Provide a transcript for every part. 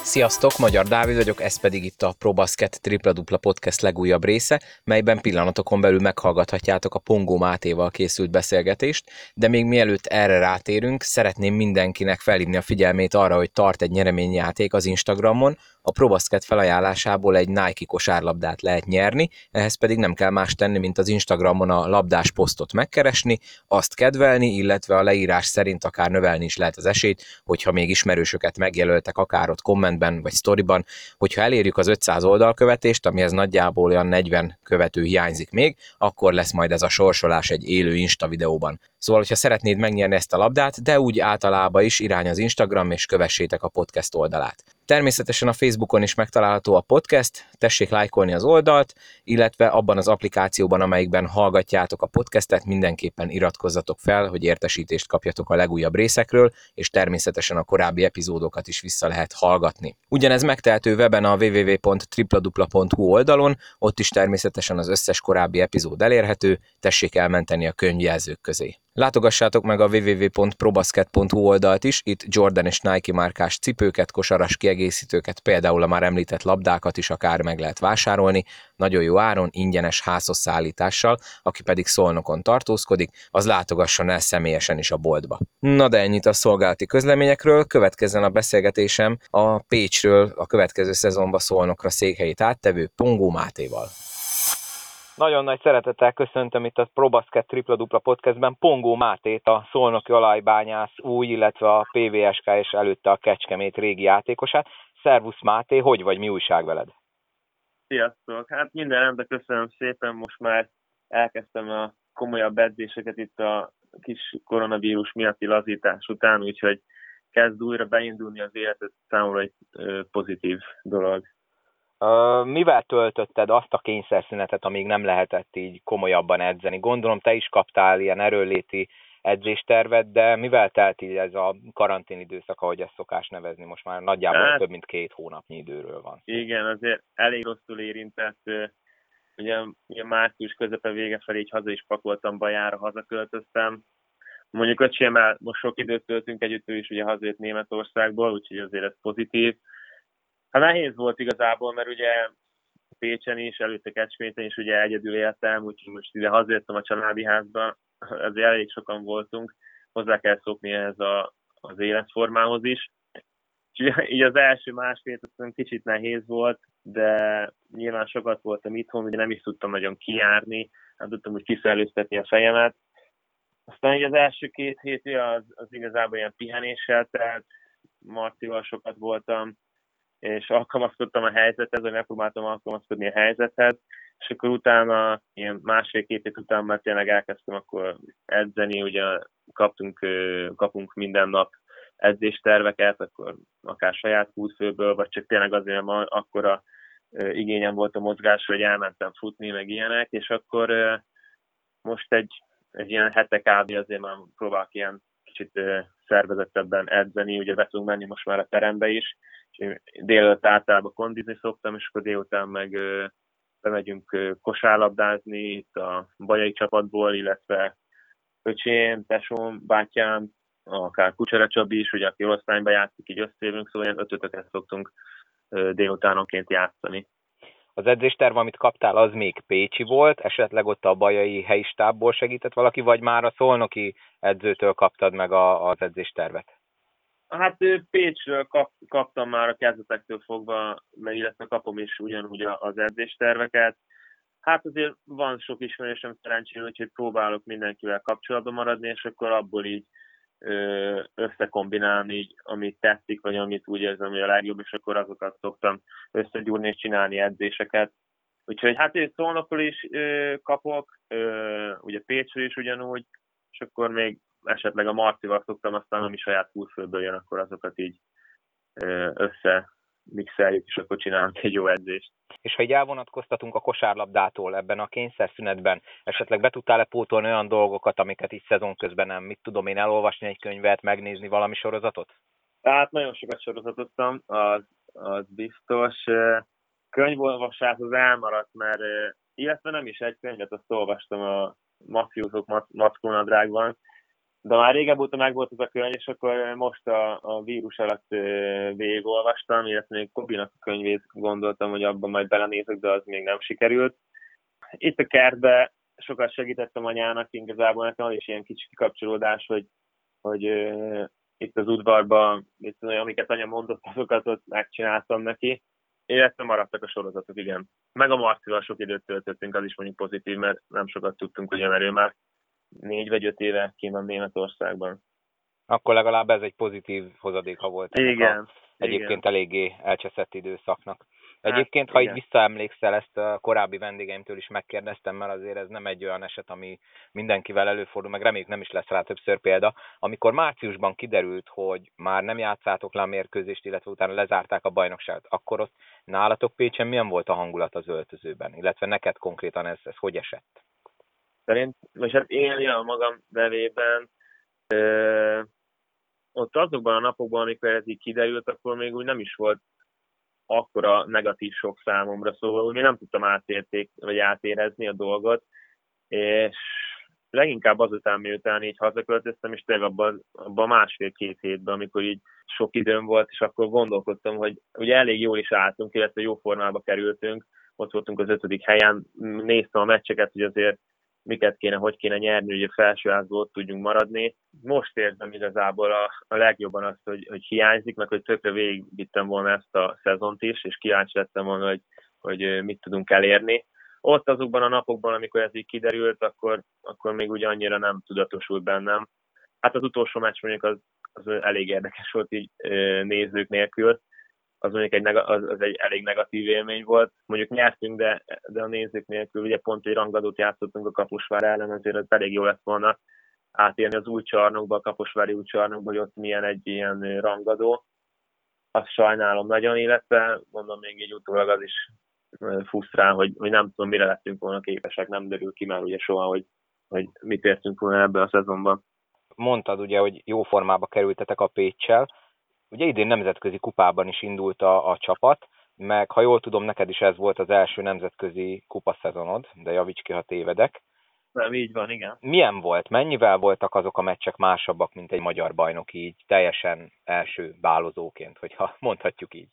Sziasztok, Magyar Dávid vagyok, ez pedig itt a ProBasket Tripla-Dupla Podcast legújabb része, melyben pillanatokon belül meghallgathatjátok a Pongó Mátéval készült beszélgetést, de még mielőtt erre rátérünk, szeretném mindenkinek felhívni a figyelmét arra, hogy tart egy nyereményjáték az Instagramon, a ProBasket felajánlásából egy Nike kosárlabdát lehet nyerni, ehhez pedig nem kell más tenni, mint az Instagramon a labdás posztot megkeresni, azt kedvelni, illetve a leírás szerint akár növelni is lehet az esélyt, hogyha még ismerősöket megjelöltek akár ott kommentben vagy sztoriban, hogyha elérjük az 500 oldalkövetést, amihez nagyjából olyan 40 követő hiányzik még, akkor lesz majd ez a sorsolás egy élő Insta videóban. Szóval, hogyha szeretnéd megnyerni ezt a labdát, de úgy általában is irány az Instagram, és kövessétek a podcast oldalát. Természetesen a Facebookon is megtalálható a podcast, tessék lájkolni az oldalt, illetve abban az applikációban, amelyikben hallgatjátok a podcastet, mindenképpen iratkozzatok fel, hogy értesítést kapjatok a legújabb részekről, és természetesen a korábbi epizódokat is vissza lehet hallgatni. Ugyanez megtehető weben a www.tripladupla.hu oldalon, ott is természetesen az összes korábbi epizód elérhető, tessék elmenteni a könyvjelzők közé. Látogassátok meg a www.probasket.hu oldalt is, itt Jordan és Nike márkás cipőket, kosaras kiegészítőket, például a már említett labdákat is akár meg lehet vásárolni, nagyon jó áron, ingyenes házhoz szállítással, aki pedig Szolnokon tartózkodik, az látogasson el személyesen is a boltba. Na de ennyit a szolgálati közleményekről, következzen a beszélgetésem a Pécsről a következő szezonban Szolnokra székhelyét áttevő Pongó Mátéval. Nagyon nagy szeretettel köszöntöm itt a ProBasket Tripla-Dupla Podcastben Pongó Mátét, a szolnoki olajbányász új, illetve a PVSK és előtte a Kecskemét régi játékosát. Szervusz Máté, hogy vagy, mi újság veled? Sziasztok! Hát minden rendben, köszönöm szépen, most már elkezdtem a komolyabb edzéseket itt a kis koronavírus miatti lazítás után, úgyhogy kezd újra beindulni az életet, számomra egy pozitív dolog. Mivel töltötted azt a kényszerszünetet, amíg nem lehetett így komolyabban edzeni? Gondolom, te is kaptál ilyen erőnléti edzéstervet, de mivel telt így ez a karantén időszak, ahogy ezt szokás nevezni? Most már nagyjából több mint 2 hónapnyi időről van. Igen, azért elég rosszul érintett. Ugye március közepe vége felé így haza is pakoltam Bajára, hazaköltöztem. Mondjuk öcsémmel most sok időt töltünk együtt, ő is ugye hazajött Németországból, úgyhogy azért ez pozitív. Hát nehéz volt igazából, mert ugye Pécsen is, előtte Kecskeméten is ugye egyedül éltem, úgyhogy most ide hazajöttem a családi házba, ezért elég sokan voltunk, hozzá kell szokni ehhez az életformához is. Úgyhogy így az első másfél kicsit nehéz volt, de nyilván sokat voltam itthon, ugye nem is tudtam nagyon kijárni, nem tudtam úgy kiszellőztetni a fejemet. Aztán így az első 2 hét az igazából ilyen pihenéssel telt, Marcival sokat voltam, és alkalmazkodtam a helyzethez, vagy megpróbáltam alkalmazkodni a helyzethez, és akkor utána, ilyen 1,5-2 hét után már tényleg elkezdtem akkor edzeni, ugye kapunk minden nap edzésterveket, akkor akár saját húzfőből, vagy csak tényleg azért, mert akkora igényem volt a mozgásra, hogy elmentem futni, meg ilyenek, és akkor most egy ilyen hete kb. Azért már próbálok ilyen kicsit szervezettebben edzeni, ugye be tudunk menni most már a terembe is, és délelőtt általában kondizni szoktam, és akkor délután meg bemegyünk kosárlabdázni itt a bajai csapatból, illetve öcsém, tesóm, bátyám, akár Kucsera Csabi is, ugye aki osztályban játszik, így összejövünk, szóval ilyen 5-5-öket szoktunk délutánonként játszani. Az edzésterv, amit kaptál, az még pécsi volt, esetleg ott a bajai helyi stábból segített valaki, vagy már a szolnoki edzőtől kaptad meg az edzéstervet? Hát Pécsről kaptam már a kezdetektől fogva, illetve kapom is ugyanúgy az edzésterveket. Hát azért van sok ismerősöm szerencsére, úgyhogy próbálok mindenkivel kapcsolatban maradni, és akkor abból így összekombinálni, így, amit tetszik, vagy amit úgy érzem, hogy a legjobb, és akkor azokat szoktam összegyúrni és csinálni edzéseket. Úgyhogy hát én Szolnokról is kapok, ugye Pécsről is ugyanúgy, és akkor még esetleg a Marcival szoktam, aztán ami saját húzfőből jön, akkor azokat így összemixeljük, és akkor csinálunk egy jó edzést. És ha így elvonatkoztatunk a kosárlabdától ebben a kényszerszünetben, esetleg be tudtál-e pótolni olyan dolgokat, amiket így szezon közben nem, mit tudom én, elolvasni egy könyvet, megnézni valami sorozatot? Hát nagyon sokat sorozatoztam, az biztos. Könyvolvasás az elmaradt, mert illetve nem is egy könyvet, azt olvastam a Mafiózók Mackónadrágban, De már régebb óta megvolt az a könyv, és akkor most a vírus alatt végigolvastam, illetve még Kobinak a könyvét gondoltam, hogy abban majd belenézek, de az még nem sikerült. Itt a kertben sokat segítettem anyának, igazából nekem az is ilyen kicsi kikapcsolódás, hogy itt az udvarban, amiket anya mondott, azokat ott megcsináltam neki, illetve maradtak a sorozatok, igen. Meg a Marcival sok időt töltöttünk, az is mondjuk pozitív, mert nem sokat tudtunk, ugye, mert ő már 4 vagy 5 éve kint van Németországban. Akkor legalább ez egy pozitív hozadéka volt ennek Igen, egyébként eléggé elcseszett időszaknak. Hát, Egyébként, ha igen. így visszaemlékszel, ezt a korábbi vendégeimtől is megkérdeztem, mert azért ez nem egy olyan eset, ami mindenkivel előfordul, meg reméljük nem is lesz rá többször példa. Amikor márciusban kiderült, hogy már nem játszátok le a mérkőzést, illetve utána lezárták a bajnokságot, akkor ott nálatok Pécsen milyen volt a hangulat az öltözőben? Illetve neked konkrétan ez hogy esett? Vagy hát én a magam nevében ott azokban a napokban, amikor ez így kiderült, akkor még úgy nem is volt akkora negatív sok számomra, szóval úgy még nem tudtam átérezni a dolgot, és leginkább azután, miután így hazaköltöztem, és tényleg abban másfél-két hétben, amikor így sok időm volt, és akkor gondolkodtam, hogy ugye elég jól is álltunk, illetve jó formába kerültünk, ott voltunk az 5. helyen, néztem a meccseket, hogy azért miket kéne, hogy kéne nyerni, hogy a felsőházból ott tudjunk maradni. Most érzem igazából a legjobban azt, hogy hiányzik, meg hogy tökre végigvittem volna ezt a szezont is, és kíváncsi lettem volna, hogy mit tudunk elérni. Ott azokban a napokban, amikor ez így kiderült, akkor még ugye annyira nem tudatosult bennem. Hát az utolsó meccs mondjuk az elég érdekes volt így nézők nélkül. Az mondjuk az egy elég negatív élmény volt. Mondjuk nyertünk, de a nézők nélkül ugye pont egy rangadót játszottunk a Kaposvár ellen, azért ez elég jó lett volna átérni az új csarnokba, a kaposvári új csarnokba, hogy ott milyen egy ilyen rangadó. Azt sajnálom nagyon, illetve mondom még így utólag az is frusztrál, hogy nem tudom, mire lettünk volna képesek, nem derül ki már ugye soha, hogy mit értünk volna ebbe a szezonban. Mondtad ugye, hogy jó formába kerültetek a Péccsel. Ugye idén nemzetközi kupában is indult a csapat, meg ha jól tudom, neked is ez volt az első nemzetközi kupaszezonod, de javíts ki, ha tévedek. Nem, így van, igen. Milyen volt? Mennyivel voltak azok a meccsek másabbak, mint egy magyar bajnok így, teljesen első bálozóként, hogyha mondhatjuk így?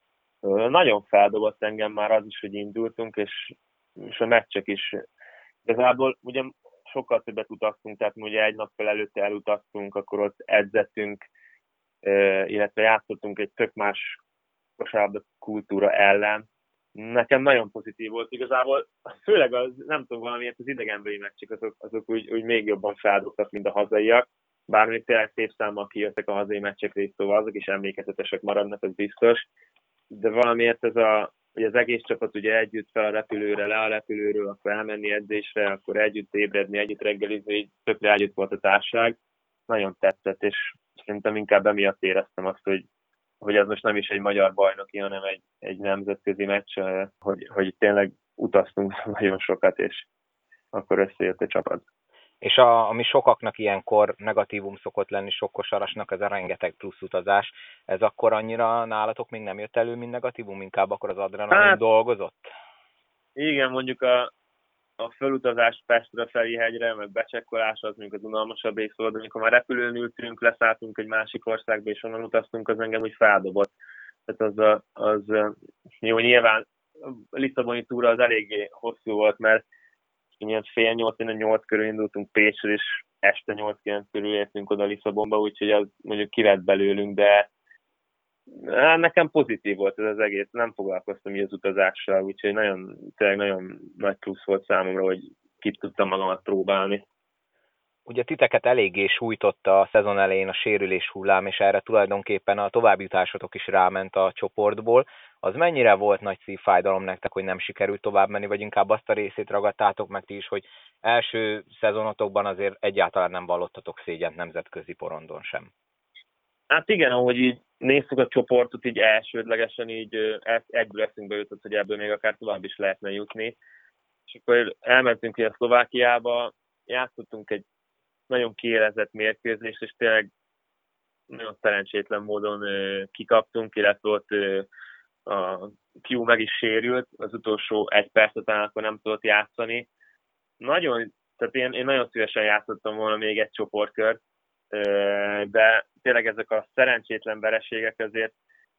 Nagyon feldobott engem már az is, hogy indultunk, és a meccsek is. Igazából ugye sokkal többet utaztunk, tehát ugye egy nappal előtte elutaztunk, akkor ott edzettünk, illetve játszottunk egy tök más kosárlabda kultúra ellen. Nekem nagyon pozitív volt igazából, főleg nem tudom, valamiért az idegenbeli meccsek, azok úgy még jobban feldobtak, mint a hazaiak. Bár még tényleg szép számmal kijöttek a hazai meccsek részt, szóval azok is emlékezetesek maradnak, az biztos. De valamiért hogy az egész csapat ugye együtt fel a repülőre, le a repülőről, akkor elmenni edzésre, akkor együtt ébredni, együtt reggelizni, így tökre együtt volt a társaság. Nagyon tetszett, és szerintem inkább emiatt éreztem azt, hogy ez most nem is egy magyar bajnoki, hanem egy nemzetközi meccs, hogy tényleg utaztunk nagyon sokat, és akkor összejött a csapat. És ami sokaknak ilyenkor negatívum szokott lenni, sok kosarasnak, ez a rengeteg plusz utazás, ez akkor annyira nálatok még nem jött elő, mint negatívum, inkább akkor az adrenalin dolgozott? Igen, mondjuk a felutazás Pestre, Ferihegyre, meg becsekkolás az mondjuk az unalmasabb rész volt, de amikor már repülőn ültünk, leszálltunk egy másik országba, és onnan utaztunk, az engem úgy feldobott. Tehát az jó, nyilván a Lisszaboni túra az eléggé hosszú volt, mert ilyen fél 8, 8 körül indultunk Pécsről, és este 8-9 körül értünk oda Lisszabonba, úgyhogy az mondjuk kivett belőlünk, de nekem pozitív volt ez az egész, nem foglalkoztam így az utazással, úgyhogy tényleg nagyon nagy plusz volt számomra, hogy ki tudtam magamat próbálni. Ugye titeket eléggé sújtotta a szezon elején a sérülés hullám, és erre tulajdonképpen a továbbjutásotok is ráment a csoportból. Az mennyire volt nagy szívfájdalom nektek, hogy nem sikerült tovább menni, vagy inkább azt a részét ragadtátok meg ti is, hogy első szezonotokban azért egyáltalán nem vallottatok szégyent nemzetközi porondon sem? Hát igen, ahogy így néztük a csoportot, így elsődlegesen így egyből eszünkbe jutott, hogy ebből még akár tovább is lehetne jutni. És akkor elmentünk a Szlovákiába, játszottunk egy nagyon kiélezett mérkőzést, és tényleg nagyon szerencsétlen módon kikaptunk, illetve ott a Q meg is sérült, az utolsó 1 percet talán akkor nem tudott játszani. Nagyon Tehát én nagyon szívesen játszottam volna még egy csoportkört, de tényleg ezek a szerencsétlen vereségek azért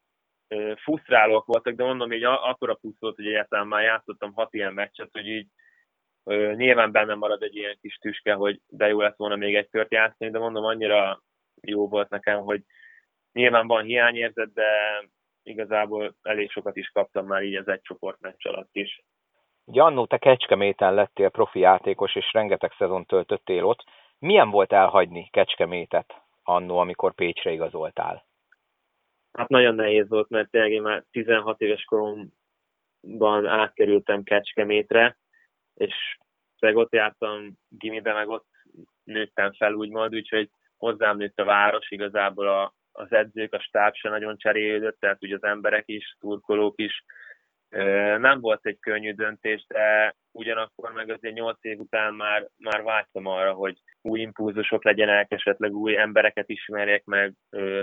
frusztrálók voltak, de mondom, így akkora plusz volt, hogy egyáltalán már játszottam 6 ilyen meccset, hogy így nyilván bennem marad egy ilyen kis tüske, hogy de jó lett volna még egy kört játszani, de mondom, annyira jó volt nekem, hogy nyilván van hiányérzet, de igazából elég sokat is kaptam már így az egy csoportmeccs alatt is. Ugye annó te Kecskeméten lettél profi játékos, és rengeteg szezon töltöttél ott. Milyen volt elhagyni Kecskemétet annó, amikor Pécsre igazoltál? Hát nagyon nehéz volt, mert tényleg én már 16 éves koromban átkerültem Kecskemétre, és ott jártam gimibe, meg ott nőttem fel úgymond, úgyhogy hozzám nőtt a város, igazából az edzők, a stáb se nagyon cserélődött, tehát ugye az emberek is, szurkolók is. Nem volt egy könnyű döntés, de ugyanakkor meg azért 8 év után már vágytam arra, hogy új impulzusok legyenek, esetleg új embereket ismerjek meg,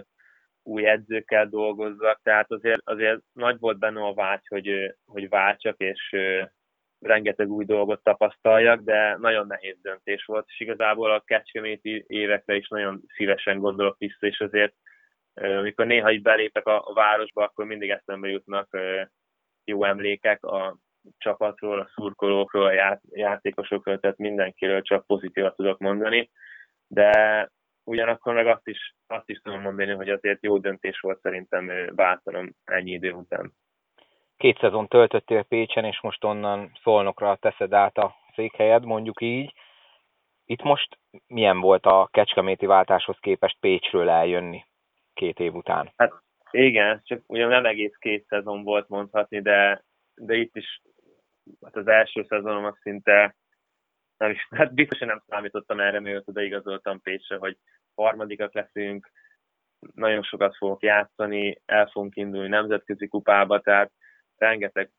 új edzőkkel dolgozzak, tehát azért nagy volt benne a vágy, hogy váltsak, és rengeteg új dolgot tapasztaljak, de nagyon nehéz döntés volt, és igazából a kecskeméti évekre is nagyon szívesen gondolok vissza, és azért amikor néha így belépek a városba, akkor mindig eszembe jutnak jó emlékek a csapatról, a szurkolókról, a játékosokról, tehát mindenkiről csak pozitívat tudok mondani, de ugyanakkor meg azt is tudom mondani, hogy azért jó döntés volt szerintem váltanom ennyi idő után. 2 szezon töltöttél Pécsen, és most onnan Szolnokra teszed át a székhelyed, mondjuk így. Itt most milyen volt a kecskeméti váltáshoz képest Pécsről eljönni 2 év után? Hát igen, csak ugyan nem egész 2 szezon volt mondhatni, de itt is hát az első szezonom az szinte nem is, hát biztosan nem számítottam erre, mielőtt oda igazoltam Pécsre, hogy harmadikak leszünk, nagyon sokat fogok játszani, el fogunk indulni nemzetközi kupába, tehát rengeteg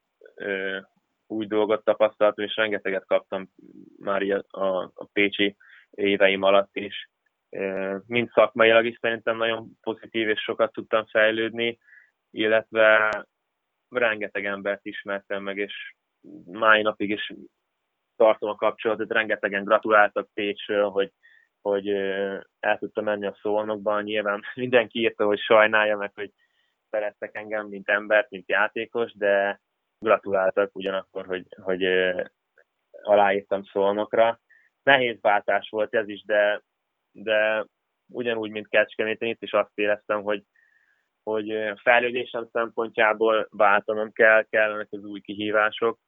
új dolgot tapasztaltam, és rengeteget kaptam már a pécsi éveim alatt is. Mind szakmailag is szerintem nagyon pozitív, és sokat tudtam fejlődni, illetve rengeteg embert ismertem meg, és mai napig is tartom a kapcsolatot, rengetegen gratuláltak Pécsről, hogy el tudtam menni a Szolnokban. Nyilván mindenki írta, hogy sajnálja meg, hogy szerettek engem, mint embert, mint játékos, de gratuláltak ugyanakkor, hogy aláírtam Szolnokra. Nehéz váltás volt ez is, de ugyanúgy, mint Kecskeméten, itt is azt éreztem, hogy fejlődésem szempontjából váltanom kellenek az új kihívások,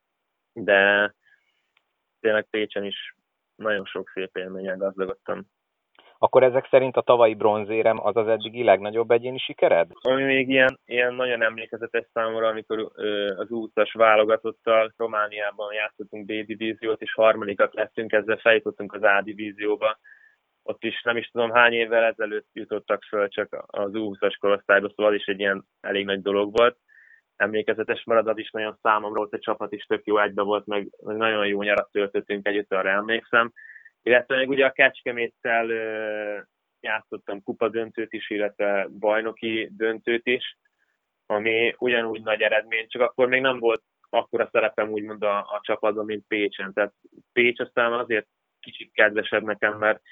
de tényleg Pécsen is nagyon sok szép élményen gazdagodtam. Akkor ezek szerint a tavalyi bronzérem az eddigi legnagyobb egyéni sikered? Ami még ilyen nagyon emlékezetes számomra, amikor az U20-as válogatottal Romániában játszottunk B-divíziót, és harmadikak lettünk, ezzel feljutottunk az A-divízióba. Ott is nem is tudom hány évvel ezelőtt jutottak föl csak az U20-as korosztályba, szóval is egy ilyen elég nagy dolog volt. Emlékezetes maradat is nagyon számomra volt, a csapat is tök jó egybe volt, meg nagyon jó nyarat töltöttünk együtt, arra emlékszem. Illetve még ugye a Kecskeméttel játszottam kupadöntőt is, illetve bajnoki döntőt is, ami ugyanúgy nagy eredmény, csak akkor még nem volt akkora szerepem úgymond a csapatban, mint Pécsen. Tehát Pécs aztán azért kicsit kedvesebb nekem, mert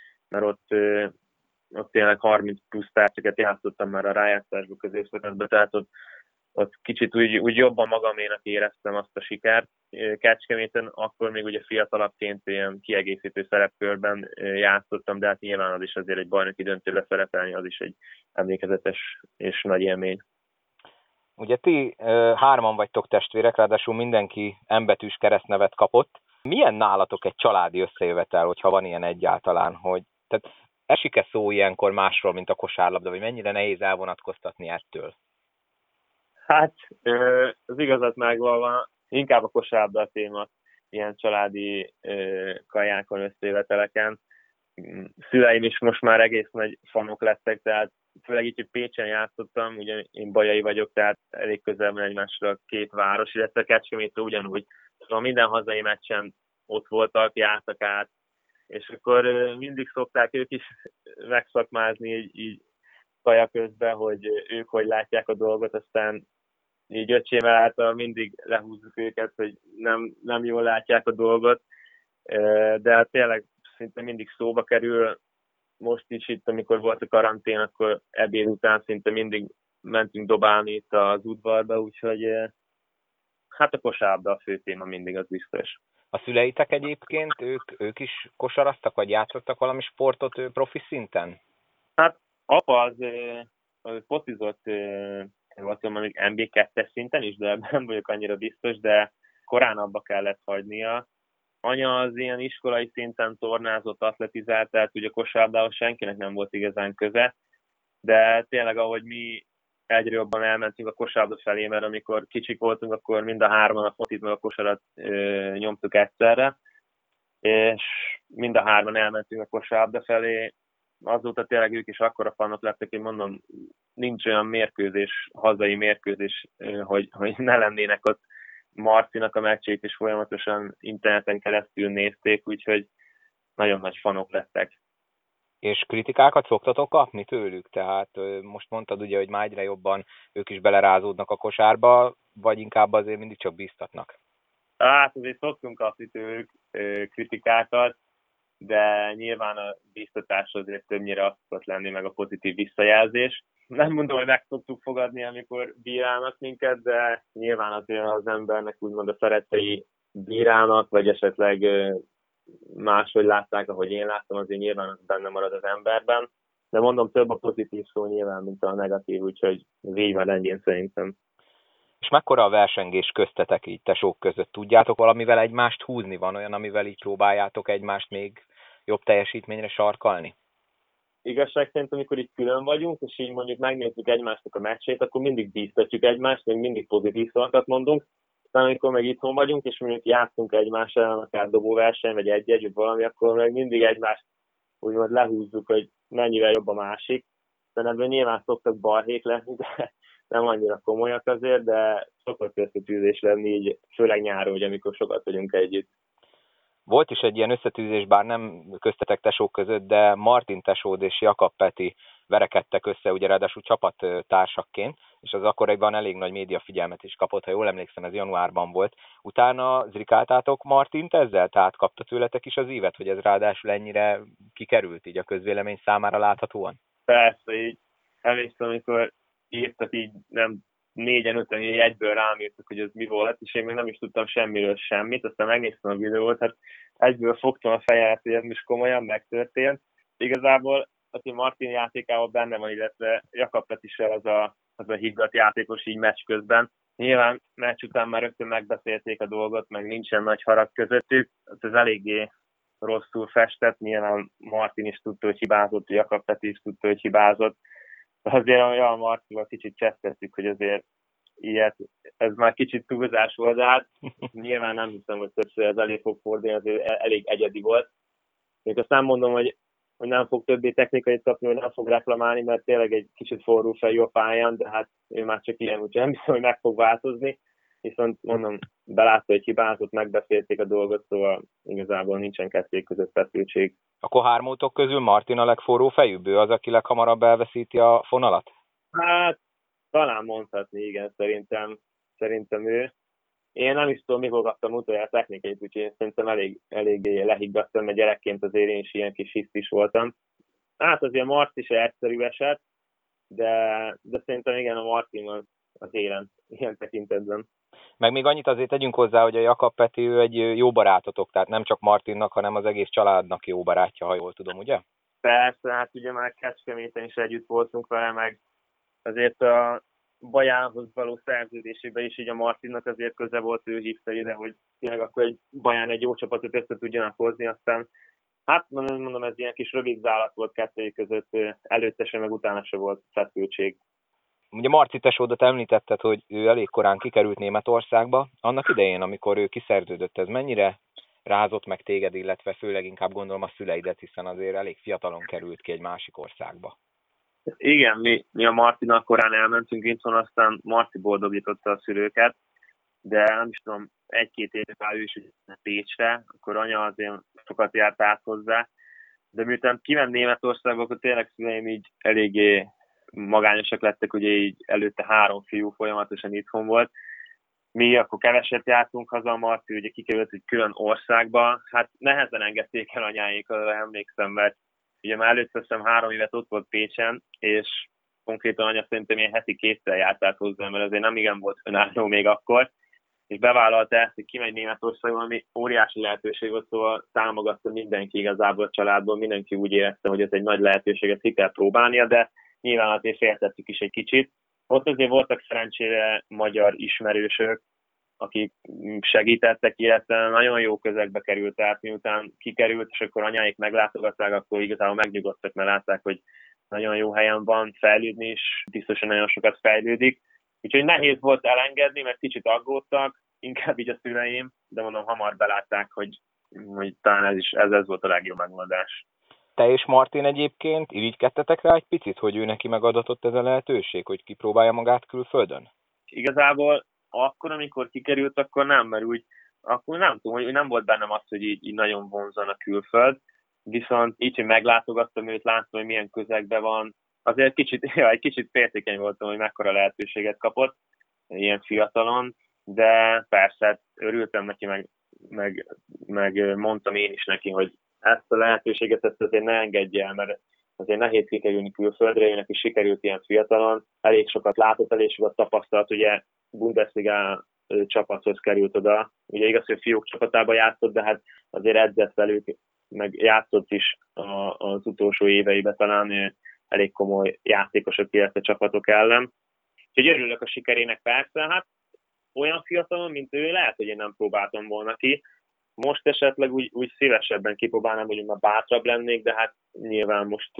ott tényleg 30 plusz tárcsakat játszottam már a rájátszásba, középszakaszba, tehát ott kicsit úgy jobban magaménak éreztem azt a sikert. Kecskeméten akkor még ugye fiatalabbként ilyen kiegészítő szerepkörben játszottam, de hát nyilván az is azért egy bajnoki döntőre szerepelni, az is egy emlékezetes és nagy élmény. Ugye ti 3-an vagytok testvérek, ráadásul mindenki M-betűs keresztnevet kapott. Milyen nálatok egy családi összejövetel, hogyha van ilyen egyáltalán? Tehát esik-e szó ilyenkor másról, mint a kosárlabda, vagy mennyire nehéz elvonatkoztatni ettől? Hát az igazat megvalva, inkább a kosárlabda a téma ilyen családi kajákon, összejöveteleken. Szüleim is most már egész nagy fanok lettek, tehát főleg így, hogy Pécsen játszottam, ugye én bajai vagyok, tehát elég közel van egymásra a két város, illetve Kecskemétől ugyanúgy. Szóval minden hazai meccsen ott voltak, jártak át, és akkor mindig szokták ők is megszakmázni így kaja közben, hogy ők hogy látják a dolgot, aztán így öcsémmel által mindig lehúzzuk őket, hogy nem jól látják a dolgot. de hát tényleg szinte mindig szóba kerül. Most is itt, amikor volt a karantén, akkor ebéd után szinte mindig mentünk dobálni itt az udvarba, úgyhogy hát a kosárlabda a fő téma mindig, az biztos. A szüleitek egyébként, ők is kosaraztak, vagy játszottak valami sportot profi szinten? Hát apa az focizott, azt mondom, még NB2-es szinten is, de nem vagyok annyira biztos, de korán abba kellett hagynia. Anya az ilyen iskolai szinten tornázott, atletizált, tehát ugye kosárlabdához senkinek nem volt igazán köze, de tényleg ahogy mi egyre jobban elmentünk a kosárlabda felé, mert amikor kicsik voltunk, akkor mind a hárman a focit meg a kosarat nyomtuk egyszerre, és mind a hárman elmentünk a kosárlabda felé. Azóta tényleg ők is akkora fanok lettek, hogy mondom, nincs olyan mérkőzés, hazai mérkőzés, hogy ne lennének ott. Marcinak a meccsét is folyamatosan interneten keresztül nézték, úgyhogy nagyon nagy fanok lettek. És kritikákat szoktatok kapni tőlük? Tehát most mondtad ugye, hogy már egyre jobban ők is belerázódnak a kosárba, vagy inkább azért mindig csak bíztatnak? Hát azért szoktunk kapni tőlük kritikákat, de nyilván a bíztatás azért többnyire az szokott lenni, meg a pozitív visszajelzés. Nem mondom, hogy meg szoktuk fogadni, amikor bírálnak minket, de nyilván azért az embernek úgymond a szerettei bírálnak, vagy esetleg máshogy látták, ahogy én láttam, azért nyilván az benne marad az emberben. De mondom, több a pozitív szó nyilván, mint a negatív, úgyhogy ez így van rendjén szerintem. És mekkora a versengés köztetek így tesók között? Tudjátok valamivel egymást húzni? Van olyan, amivel így próbáljátok egymást még jobb teljesítményre sarkalni? Igazság szerint, amikor így külön vagyunk, és így mondjuk megnézzük egymásnak a meccsét, akkor mindig bíztatjuk egymást, még mindig pozitív szavakat mondunk. Aztán amikor meg itthon vagyunk, és mondjuk játszunk egymás ellen, akár dobóverseny, vagy egy-egy, vagy valami, akkor meg mindig egymást úgymond lehúzzuk, hogy mennyivel jobb a másik. De ebből nyilván szoktak balhék lenni, de nem annyira komolyak azért, de szokott összetűzés lenni, így, főleg nyáron, ugye, amikor sokat vagyunk együtt. Volt is egy ilyen összetűzés, bár nem köztetek tesók között, de Martin tesód és Jakab Peti verekedtek össze, ugye ráadásul csapattársakként, és az akkoriban elég nagy média figyelmet is kapott, ha jól emlékszem, ez januárban volt. Utána zrikáltátok Martint ezzel? Tehát kapta tőletek is az ívet, hogy ez ráadásul ennyire kikerült így a közvélemény számára láthatóan? Persze, így emlékszem, amikor írtak így nem 4-5-en így egyből rám írtak, hogy ez mi volt, és én még nem is tudtam semmiről semmit, aztán megnéztem a videót, hát egyből fogtam a fejemet, hogy ez is komolyan megtörtént. Igazából aki Martin játékával benne van, illetve Jakab is az a higgadt játékos így meccs közben. Nyilván meccs után már rögtön megbeszélték a dolgot, meg nincsen nagy harag közöttük, ez eléggé rosszul festett, nyilván Martin is tudta, hogy hibázott, Jakab is tudta, hogy hibázott. Azért olyan Martival kicsit csesztettük, hogy azért ilyet, ez már kicsit túlzás volt, de hát nyilván nem hiszem, hogy többször ez elég fog fordulni, azért elég egyedi volt. Még azt nem mondom, hogy nem fog többé technikait kapni, hogy nem fog reklamálni, mert tényleg egy kicsit forró fejű a pályán, de hát ő már csak ilyen, úgyhogy nem hiszem, hogy meg fog változni. Viszont mondom, belátta, hogy hibázott, megbeszélték a dolgot, szóval igazából nincsen kettő között feszültség. Akkor hármótok közül Martin a legforró fejűbb, ő az, aki leghamarabb elveszíti a fonalat? Hát, talán mondhatni, igen, szerintem ő. Én nem is tudom, mikor kaptam utoljára technikait, úgyhogy én szerintem eléggé lehiggadtam, mert gyerekként azért én is ilyen kis hisztis voltam. Hát azért Marti is egyszerű eset, de szerintem igen, a Martin van az élen, ilyen tekintetben. Meg még annyit azért tegyünk hozzá, hogy a Jakab Peti, ő egy jó barátotok, tehát nem csak Martinnak, hanem az egész családnak jó barátja, ha jól tudom, ugye? Persze, hát ugye már Kecskeméten is együtt voltunk vele, meg azért a Bajánhoz való szerződésében is így a Martinnak azért köze volt, ő hívta ide, hogy tényleg akkor egy Baján egy jó csapatot össze tudjanak hozni, aztán hát mondom, ez ilyen kis rövid zálat volt kettőjük között, előtte sem, meg utána sem volt feszültség. Ugye Marci tesódat említetted, hogy ő elég korán kikerült Németországba. Annak idején, amikor ő kiszerződött, ez mennyire rázott meg téged, illetve főleg inkább gondolom a szüleidet, hiszen azért elég fiatalon került ki egy másik országba. Igen, mi a Martinnal korán elmentünk itthon, aztán Marti boldogította a szülőket, de nem is tudom, 1-2 éve ő is Pécsre, akkor anya azért sokat járt át hozzá, de miután kiment Németországba, akkor tényleg szüleim így eléggé magányosak lettek, ugye így előtte 3 fiú folyamatosan itthon volt. mi akkor keveset jártunk haza, Marci ugye kikerült egy külön országba, hát nehezen engedték el anyáik, arra emlékszem, mert ugye már először 3 évet ott volt Pécsen, és konkrétan anya szerintem ilyen heti 2-szer járt át hozzá, mert azért nem igen volt önálló még akkor, és bevállalta ezt, hogy kimegy Németországban, ami óriási lehetőség volt, szóval támogatta mindenki igazából a családból, mindenki úgy érezte, hogy ez egy nagy lehetőséget ki kell próbálnia, de nyilván azért féltettük is egy kicsit. Ott azért voltak szerencsére magyar ismerősök, akik segítettek, illetve nagyon jó közegbe került át, miután kikerült, és akkor anyáik meglátogatták, akkor igazából megnyugodtak, mert látták, hogy nagyon jó helyen van, fejlődni is, biztosan nagyon sokat fejlődik. Úgyhogy nehéz volt elengedni, mert kicsit aggódtak, inkább így a szüleim, de mondom, hamar belátták, hogy talán ez volt a legjobb megoldás. Te és Martin egyébként irigykedtetek rá egy picit, hogy ő neki megadatott ez a lehetőség, hogy kipróbálja magát külföldön? Igazából akkor, amikor kikerült, akkor nem, mert úgy, akkor nem tudom, hogy nem volt bennem az, hogy így nagyon vonzan a külföld, viszont így, hogy meglátogattam őt, láttam, hogy milyen közegben van, azért egy kicsit féltékeny voltam, hogy mekkora lehetőséget kapott, ilyen fiatalon, de persze örültem neki, meg mondtam én is neki, hogy ezt a lehetőséget azért ne engedje el, mert azért nehéz kikerülni külföldre, őnek is sikerült ilyen fiatalon, elég sokat látott, elég sokat tapasztalt, ugye Bundesliga csapathoz került oda. Ugye igaz, hogy fiúk csapatába játszott, de hát azért edzett velük, meg játszott is az utolsó éveiben, talán elég komoly játékosok illetve csapatok ellen. Úgyhogy örülök a sikerének persze, hát olyan fiatalon, mint ő, lehet, hogy én nem próbáltam volna ki. Most esetleg úgy szívesebben kipróbálnám, hogy már bátrabb lennék, de hát nyilván most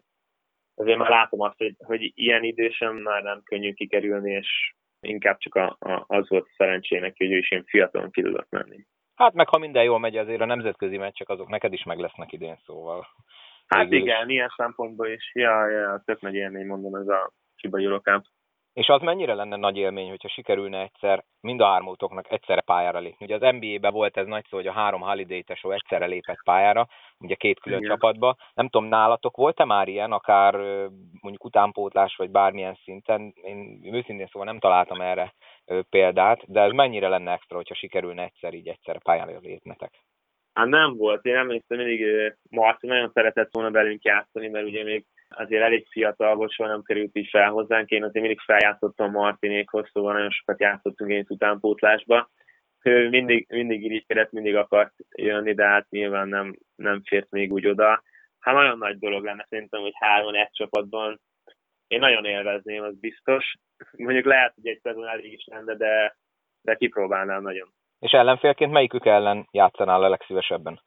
azért már látom azt, hogy ilyen idősen már nem könnyű kikerülni, és inkább csak az volt szerencsének, hogy ő is ilyen fiatalon ki tudott menni. Hát meg ha minden jól megy, azért a nemzetközi meccsek azok neked is meg lesznek idén, szóval. Hát igen, ilyen szempontból is. Ja, tök nagy élmény, mondom, ez a FIBA Eurocup. És az mennyire lenne nagy élmény, hogyha sikerülne egyszer mind a hármótoknak egyszerre pályára lépni? Ugye az NBA-ben volt ez nagy szó, hogy a 3 Holiday tesó egyszerre lépett pályára, ugye 2 külön csapatba. Nem tudom, nálatok volt-e már ilyen, akár mondjuk utánpótlás, vagy bármilyen szinten? Én őszintén szóval nem találtam erre példát, de ez mennyire lenne extra, hogyha sikerülne egyszerre pályára lépnetek? Hát nem volt. Én emlékszem, mindig Marci nagyon szeretett volna velünk játszani, mert ugye még azért elég fiatal volt, soha nem került így fel hozzánk. Én azért mindig feljátszottam Martinékhoz, szóval nagyon sokat játszottunk én utánpótlásba. Ő mindig irigykedett, mindig akart jönni, de hát nyilván nem fért még úgy oda. Hát nagyon nagy dolog lenne szerintem, hogy 3 egy csapatban. Én nagyon élvezném, az biztos. Mondjuk lehet, hogy egy szezon elég is lenne, de kipróbálnám nagyon. És ellenfélként melyikük ellen játszanál a legszívesebben?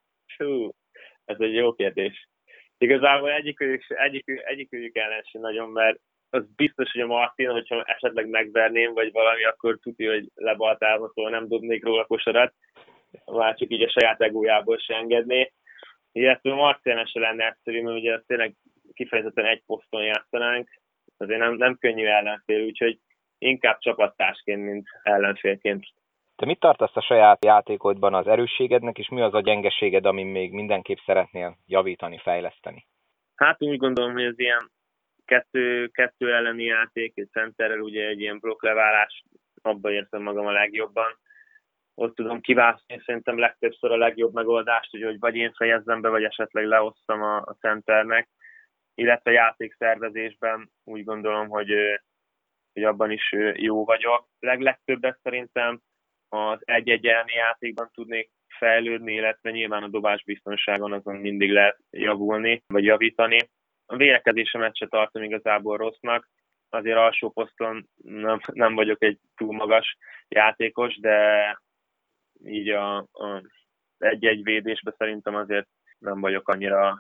Ez egy jó kérdés. Igazából egyikük ellen sem nagyon, mert az biztos, hogy a Martin, hogyha esetleg megverném, vagy valami, akkor tudja, hogy lebaltálható, nem dobnék róla kosarat, már csak így a saját egójából se engedné. Illetve a Martin se lenne egyszerű, mert ugye tényleg kifejezetten egy poszton játszanánk, azért nem könnyű ellenfél, úgyhogy inkább csapattársként, mint ellenfélként. Te mit tartasz a saját játékodban az erősségednek, és mi az a gyengeséged, amin még mindenképp szeretnél javítani, fejleszteni? Hát úgy gondolom, hogy az ilyen kettő elleni játék, egy centerrel ugye egy ilyen blokkleválás, abban érzem magam a legjobban. Ott tudom kiválasztani szerintem legtöbbször a legjobb megoldást, hogy vagy én fejezzem be, vagy esetleg leosztam a centernek, illetve játékszervezésben úgy gondolom, hogy abban is jó vagyok. Legtöbbet szerintem az egy-egy elleni játékban tudnék fejlődni, illetve nyilván a dobásbiztonságon azon mindig lehet javulni, vagy javítani. A védekezésemet se tartom igazából rossznak, azért alsó poszton nem vagyok egy túl magas játékos, de így a egy-egy védésben szerintem azért nem vagyok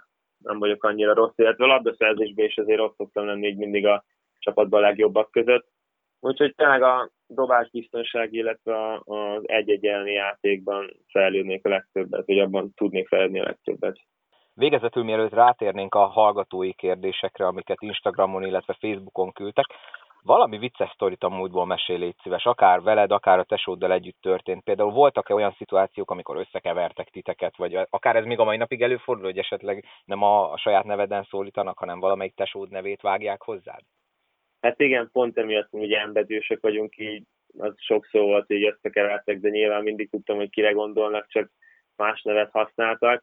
annyira rossz, illetve a labdaszerzésben is azért ott szoktam lenni így mindig a csapatban a legjobbak között. Úgyhogy tényleg a dobásbiztonság, illetve az egy-egy elleni játékban fejlődnék a legtöbbet, vagy abban tudnék fejlődni a legtöbbet. Végezetül mielőtt rátérnénk a hallgatói kérdésekre, amiket Instagramon, illetve Facebookon küldtek, valami vicces sztorit a múltból mesél, légy szíves, akár veled, akár a tesóddal együtt történt. Például voltak-e olyan szituációk, amikor összekevertek titeket, vagy akár ez még a mai napig előfordul, hogy esetleg nem a saját neveden szólítanak, hanem valamelyik tesód nevét vágják hozzád? Hát igen, pont emiatt, hogy ugye embedősök vagyunk, így az sok szó volt, így összekevertek, de nyilván mindig tudtam, hogy kire gondolnak, csak más nevet használtak.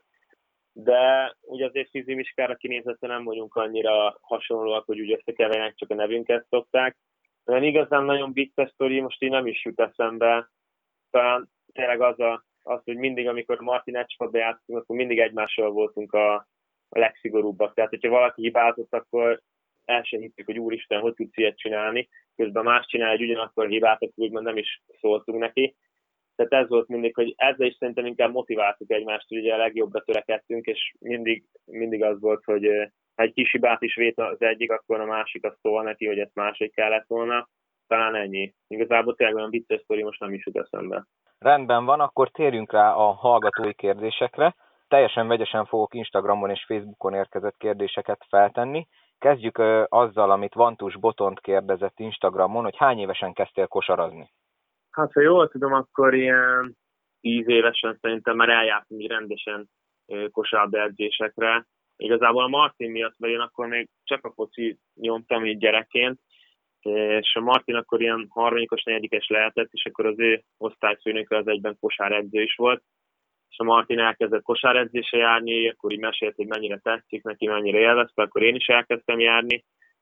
De ugye azért fizimiskára kinézve nem vagyunk annyira hasonlóak, hogy úgy összekevernek, csak a nevünket szokták. De igazán nagyon vicces sztori most így nem is jut eszembe. Talán tényleg az, hogy mindig, amikor Martin egy csapatba játszottunk, akkor mindig egymással voltunk a legszigorúbbak. Tehát, hogyha valaki hibázott, akkor el sem hittük, hogy úristen, hogy tudsz ilyet csinálni. Közben más csinál egy ugyanakkor hibát, akkor úgymond nem is szóltunk neki. Tehát ez volt mindig, hogy ezzel is szerintem inkább motiváltuk egymást, hogy ugye a legjobbra törekedtünk, és mindig az volt, hogy ha egy kis hibát is vét az egyik, akkor a másik azt szól neki, hogy ezt máshogy kellett volna. Talán ennyi. Igazából tényleg olyan vicces sztori most nem is jut eszembe. Rendben van, akkor térjünk rá a hallgatói kérdésekre. Teljesen vegyesen fogok Instagramon és Facebookon érkezett kérdéseket feltenni. Kezdjük azzal, amit Vantus Botont kérdezett Instagramon, hogy hány évesen kezdtél kosarazni? Hát, ha jól tudom, akkor ilyen 10 évesen szerintem már eljártam így rendesen kosárlabda edzésekre. Igazából a Martin miatt, mert én akkor még csak a foci nyomtam így gyerekként, és a Martin akkor ilyen 3-as, 4-es lehetett, és akkor az ő osztályfőnöke az egyben kosáredző is volt. És a Martin elkezdett kosáredzésre járni, akkor így mesélt, hogy mennyire tetszik neki, mennyire élvezte, akkor én is elkezdtem járni,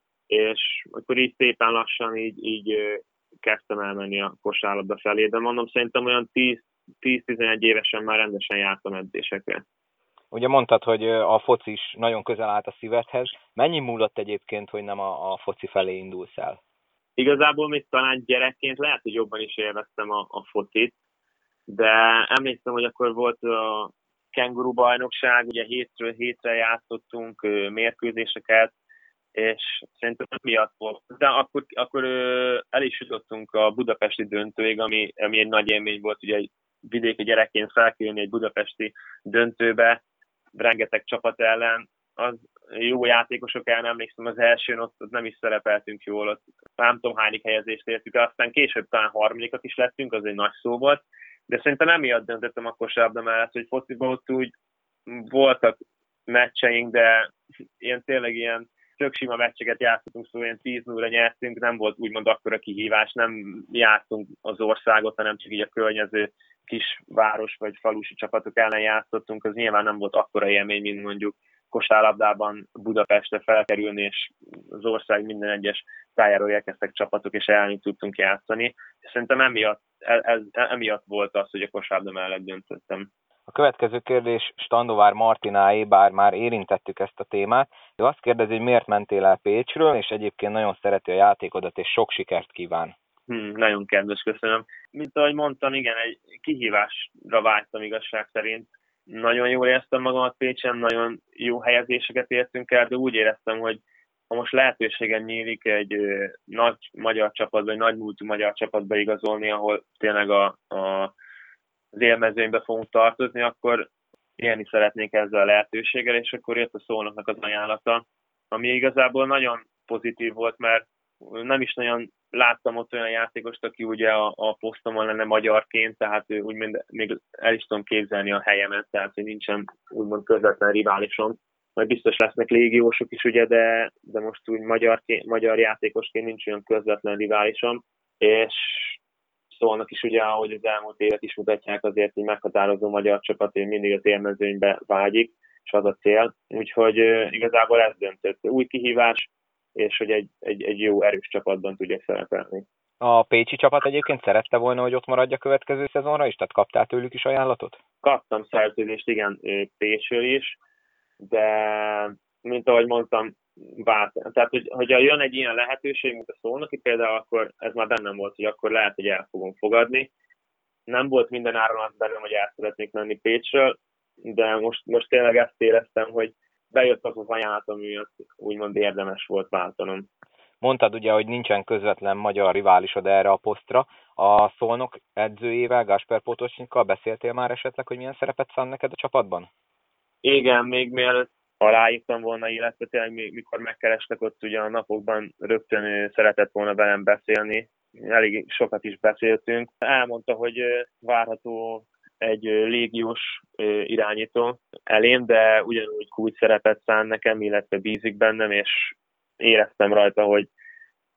és akkor így szépen lassan így kezdtem elmenni a kosárlabda felé, de mondom, szerintem olyan 10-11 évesen már rendesen jártam edzésekre. Ugye mondtad, hogy a foci is nagyon közel állt a szívedhez. Mennyi múlott egyébként, hogy nem a foci felé indulsz el? Igazából még talán gyerekként lehet, hogy jobban is élveztem a focit, de emlékszem, hogy akkor volt a kenguru bajnokság, ugye hétről hétre játszottunk mérkőzéseket, és szerintem miatt volt. De akkor el is jutottunk a budapesti döntőig, ami egy nagy élmény volt, ugye egy vidéki gyerekként felkérni egy budapesti döntőbe, rengeteg csapat ellen, az jó játékosok ellen, emlékszem, az elsőn ott nem is szerepeltünk jól, ott nem tudom hányik helyezést értük, aztán később talán harmadikak is lettünk, az egy nagy szó volt, de szerintem emiatt döntöttem a kosárlabda mellett, hogy fociban ott úgy voltak meccseink, de tényleg ilyen tök sima meccseket játszottunk, szóval ilyen 10-0-ra nyertünk, nem volt úgymond akkora kihívás, nem játszunk az országot, hanem csak így a környező kis város vagy falusi csapatok ellen játszottunk, az nyilván nem volt akkora élmény, mint mondjuk kosárlabdában Budapestre felkerülni, és az ország minden egyes tájáról érkeztek csapatok, és ellen tudtunk játszani. És szerintem emiatt volt az, hogy a kosárlabda mellett döntöttem. A következő kérdés Standovár Martináé, bár már érintettük ezt a témát. Ő azt kérdezi, hogy miért mentél el Pécsről, és egyébként nagyon szereti a játékodat, és sok sikert kíván. Nagyon kedves, köszönöm. Mint ahogy mondtam, igen, egy kihívásra vágytam igazság szerint. Nagyon jól éreztem magamat Pécsen, nagyon jó helyezéseket értünk el, de úgy éreztem, hogy ha most lehetőségem nyílik egy nagy magyar csapatba, egy nagy múltú magyar csapatba igazolni, ahol tényleg az élmezőnybe fogunk tartozni, akkor élni szeretnék ezzel a lehetőséggel, és akkor jött a Szolnoknak az ajánlata, ami igazából nagyon pozitív volt, mert nem is nagyon láttam ott olyan játékost, aki ugye a posztomon lenne magyarként, tehát úgymond még el is tudom képzelni a helyemet, tehát hogy nincsen úgymond közvetlen riválisom. Majd biztos lesznek légiósok is, ugye, de most úgy magyar játékosként nincs olyan közvetlen riválisom, és Szolnok is ugye, ahogy az elmúlt évet is mutatják, azért egy meghatározó magyar csapat, én mindig az élmezőnybe vágyik, és az a cél. Úgyhogy igazából ez döntött. Új kihívás, és hogy egy jó, erős csapatban tudjak szerepelni. A pécsi csapat egyébként szerette volna, hogy ott maradja a következő szezonra is? Tehát kaptál tőlük is ajánlatot? Kaptam szerződést, igen, Pécsről is, de mint ahogy mondtam, tehát, hogyha jön egy ilyen lehetőség, mint a Szolnoki például, akkor ez már bennem volt, hogy akkor lehet, hogy el fogom fogadni. Nem volt minden áron az bennem, hogy el szeretnék menni Pécsről, de most tényleg ezt éreztem, hogy bejött az ajánlat, ami úgymond érdemes volt váltanom. Mondtad ugye, hogy nincsen közvetlen magyar riválisod erre a posztra. A Szolnok edzőjével, Gáspár Potocsnikkal beszéltél már esetleg, hogy milyen szerepet szán neked a csapatban? Igen, még mielőtt aláírtam volna, illetve tényleg mikor megkerestek ott ugye a napokban rögtön szeretett volna velem beszélni. Elég sokat is beszéltünk. Elmondta, hogy várható egy légiós irányító elém, de ugyanúgy kulcs szerepet szán nekem, illetve bízik bennem, és éreztem rajta, hogy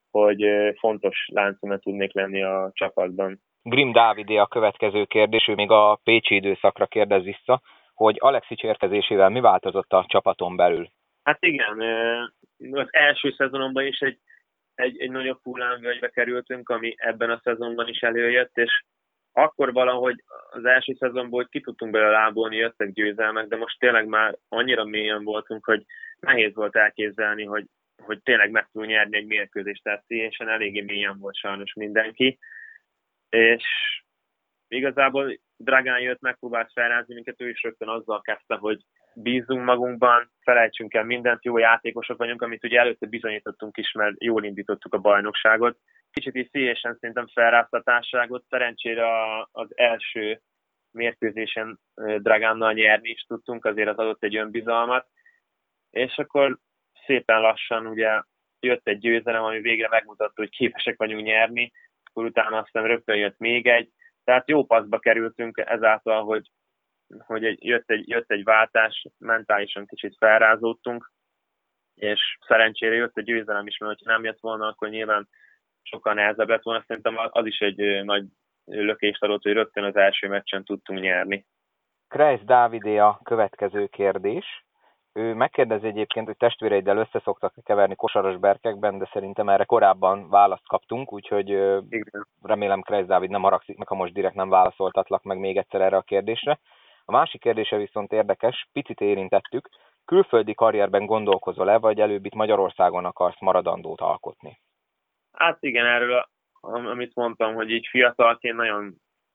hogy fontos láncszeme tudnék lenni a csapatban. Grim Dávidé a következő kérdés, ő még a pécsi időszakra kérdez vissza, hogy Alexics érkezésével mi változott a csapaton belül? Hát igen, az első szezonomban is egy nagyobb hullámvölgybe kerültünk, ami ebben a szezonban is előjött, és akkor valahogy az első szezonból ki tudtunk belőle lábolni, jöttek győzelmek, de most tényleg már annyira mélyen voltunk, hogy nehéz volt elképzelni, hogy tényleg meg tudunk nyerni egy mérkőzést, tehát teljesen eléggé mélyen volt sajnos mindenki, és igazából Dragán jött, megpróbált felrázni minket, ő is rögtön azzal kezdte, hogy bízzunk magunkban, felejtsünk el mindent, jó játékosok vagyunk, amit ugye előtte bizonyítottunk is, mert jól indítottuk a bajnokságot. Kicsit is szívesen szerintem felráztatásságot, szerencsére az első mérkőzésen Dragánnal nyerni is tudtunk, azért az adott egy önbizalmat, és akkor szépen lassan ugye jött egy győzelem, ami végre megmutatta, hogy képesek vagyunk nyerni, akkor utána aztán rögtön jött még egy, tehát jó paszba kerültünk ezáltal, hogy jött egy váltás, mentálisan kicsit felrázódtunk, és szerencsére jött egy győzelem is, mert ha nem jött volna, akkor nyilván sokkal nehezebb lett volna. Szerintem az is egy nagy lökést adott, hogy rögtön az első meccsen tudtunk nyerni. Kreis Dávidé a következő kérdés. Ő megkérdezi egyébként, hogy testvéreiddel összeszoktak keverni kosaras berkekben, de szerintem erre korábban választ kaptunk, úgyhogy remélem Kreis Dávid nem haragszik meg, ha most direkt nem válaszoltatlak meg még egyszer erre a kérdésre. A másik kérdése viszont érdekes, picit érintettük, külföldi karrierben gondolkozol-e, vagy előbb itt Magyarországon akarsz maradandót alkotni? Hát igen, erről, amit mondtam, hogy így fiatalként nagyon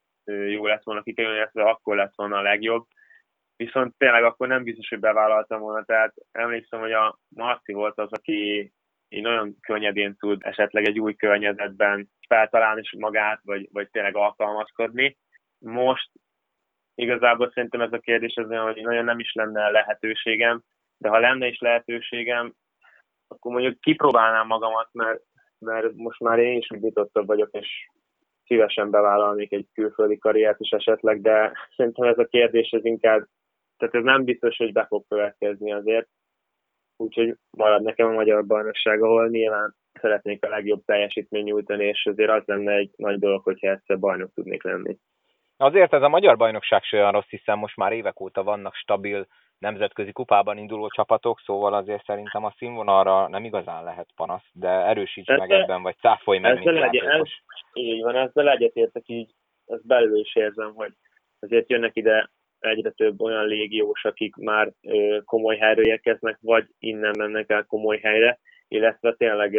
jó lett volna kikerülni, illetve akkor lett volna a legjobb. Viszont tényleg akkor nem biztos, hogy bevállaltam volna, tehát emlékszem, hogy a Marci volt az, aki így nagyon könnyedén tud esetleg egy új környezetben feltalálni magát, vagy tényleg alkalmazkodni. Most igazából szerintem ez a kérdés az olyan, hogy nagyon nem is lenne lehetőségem, de ha lenne is lehetőségem, akkor mondjuk kipróbálnám magamat, mert most már én is nyitottabb vagyok, és szívesen bevállalnék egy külföldi karriert is esetleg, de szerintem ez a kérdés ez inkább, tehát ez nem biztos, hogy be fog következni azért. Úgyhogy marad nekem a magyar bajnokság, ahol nyilván szeretnék a legjobb teljesítményt nyújtani, és azért az lenne egy nagy dolog, hogyha egyszer bajnok tudnék lenni. Azért ez a magyar bajnokság se olyan rossz, hiszen most már évek óta vannak stabil nemzetközi kupában induló csapatok, szóval azért szerintem a színvonalra nem igazán lehet panasz, de erősíts meg ebben, vagy cáfolj meg, mint játékos. Így van, ezzel egyetértek, így ezt belül is érzem, hogy azért jönnek ide egyre több olyan légiós, akik már komoly helyre érkeznek, vagy innen mennek el komoly helyre, illetve tényleg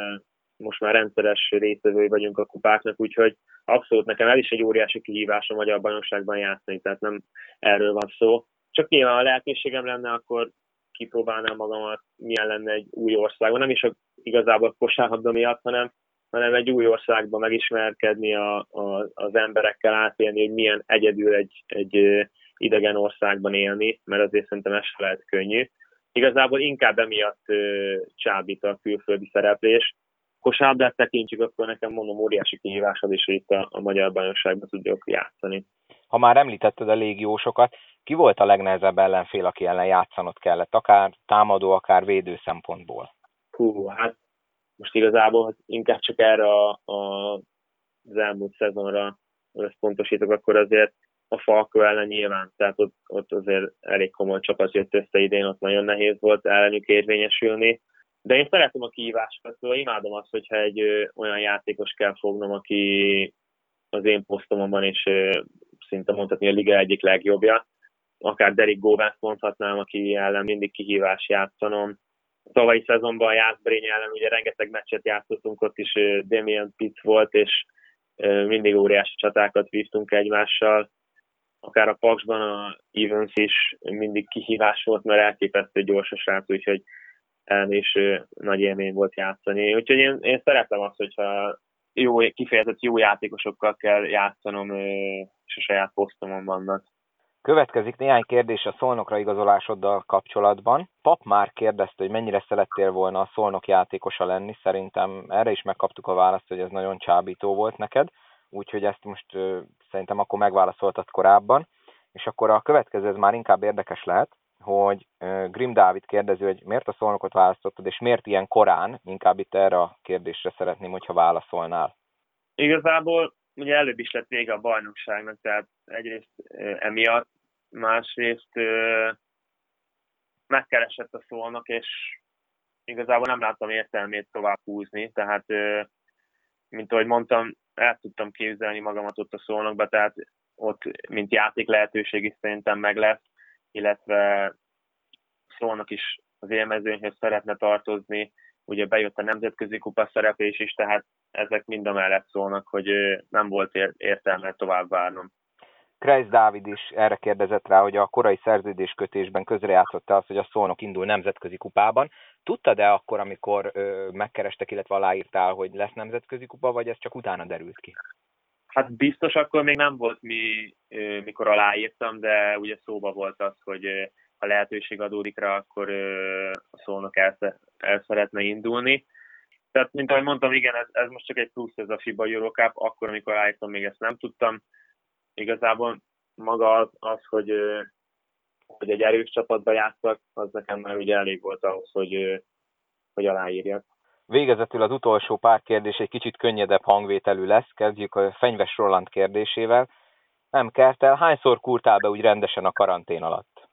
most már rendszeres résztvevői vagyunk a kupáknak, úgyhogy abszolút nekem ez is egy óriási kihívás a magyar bajnokságban játszani, tehát nem erről van szó. Csak nyilván, ha lehetőségem lenne, akkor kipróbálnám magamat, milyen lenne egy új országban. Nem is igazából kosárlabda miatt, hanem egy új országban megismerkedni az emberekkel, átélni, hogy milyen egyedül egy idegen országban élni, mert azért szerintem ez sem lehet könnyű. Igazából inkább emiatt csábít a külföldi szereplés. Kosárlabdát tekintjük, akkor nekem mondom óriási kihívás az is, hogy itt a magyar bajnokságban tudjuk játszani. Ha már említetted a légiósokat, ki volt a legnehezebb ellenfél, aki ellen játszanod kellett, akár támadó, akár védő szempontból? Hát most igazából inkább csak erre az elmúlt szezonra összpontosítok, akkor azért a Falkó ellen nyilván, tehát ott azért elég komoly csapat jött össze idén, ott nagyon nehéz volt ellenük érvényesülni. De én szeretem a kihívásokat, szóval imádom azt, hogyha egy olyan játékos kell fognom, aki az én posztomon van, és szinte mondhatni a liga egyik legjobbja. Akár Derek Govens mondhatnám, aki ellen mindig kihívás játszanom. A tavalyi szezonban a Jászberény ellen ugye rengeteg meccset játszottunk, ott is Damien Pitts volt, és mindig óriási csatákat vívtunk egymással. Akár a Paksban a Evans is mindig kihívás volt, mert elképesztő gyors a srác, úgyhogy ellen is nagy élmény volt játszani. Úgyhogy én szeretem azt, hogyha kifejezett jó játékosokkal kell játszanom, és a saját posztomon vannak. Következik néhány kérdés a Szolnokra igazolásoddal kapcsolatban. Pap már kérdezte, hogy mennyire szerettél volna a Szolnok játékosa lenni. Szerintem erre is megkaptuk a választ, hogy ez nagyon csábító volt neked. Úgyhogy ezt most szerintem akkor megválaszoltad korábban. És akkor a következő ez már inkább érdekes lehet. hogy Grim Dávid kérdezi, hogy miért a Szolnokot választottad, és miért ilyen korán? Inkább itt erre a kérdésre szeretném, hogyha válaszolnál. Igazából ugye előbb is lett vége a bajnokságnak, tehát egyrészt emiatt, másrészt megkeresett a Szolnok, és igazából nem láttam értelmét tovább húzni, tehát mint ahogy mondtam, el tudtam képzelni magamat ott a Szolnokba, tehát ott mint játék lehetőség is szerintem meg lesz, illetve Szolnok is az élmezőnyhöz szeretne tartozni, ugye bejött a nemzetközi kupa szereplés is, tehát ezek mind a mellett szólnak, hogy nem volt értelme tovább várnom. Kreis Dávid is erre kérdezett rá, hogy a korai szerződéskötésben közrejátszott az, hogy a Szolnok indul nemzetközi kupában. Tudtad-e akkor, amikor megkerestek, illetve aláírtál, hogy lesz nemzetközi kupa, vagy ez csak utána derült ki? Hát biztos akkor még nem volt mikor aláírtam, de ugye szóba volt az, hogy ha lehetőség adódik rá, akkor a Szolnok el szeretne indulni. Tehát, mint ahogy mondtam, igen, ez most csak egy plusz, ez a FIBA Eurocup, akkor, amikor aláírtam, még ezt nem tudtam. Igazából maga az hogy egy erős csapatba játszak, az nekem már ugye elég volt ahhoz, hogy aláírjak. Végezetül az utolsó pár kérdés egy kicsit könnyedebb hangvételű lesz. Kezdjük a Fenyves Roland kérdésével. Nem Kertel, hányszor kurtál be úgy rendesen a karantén alatt?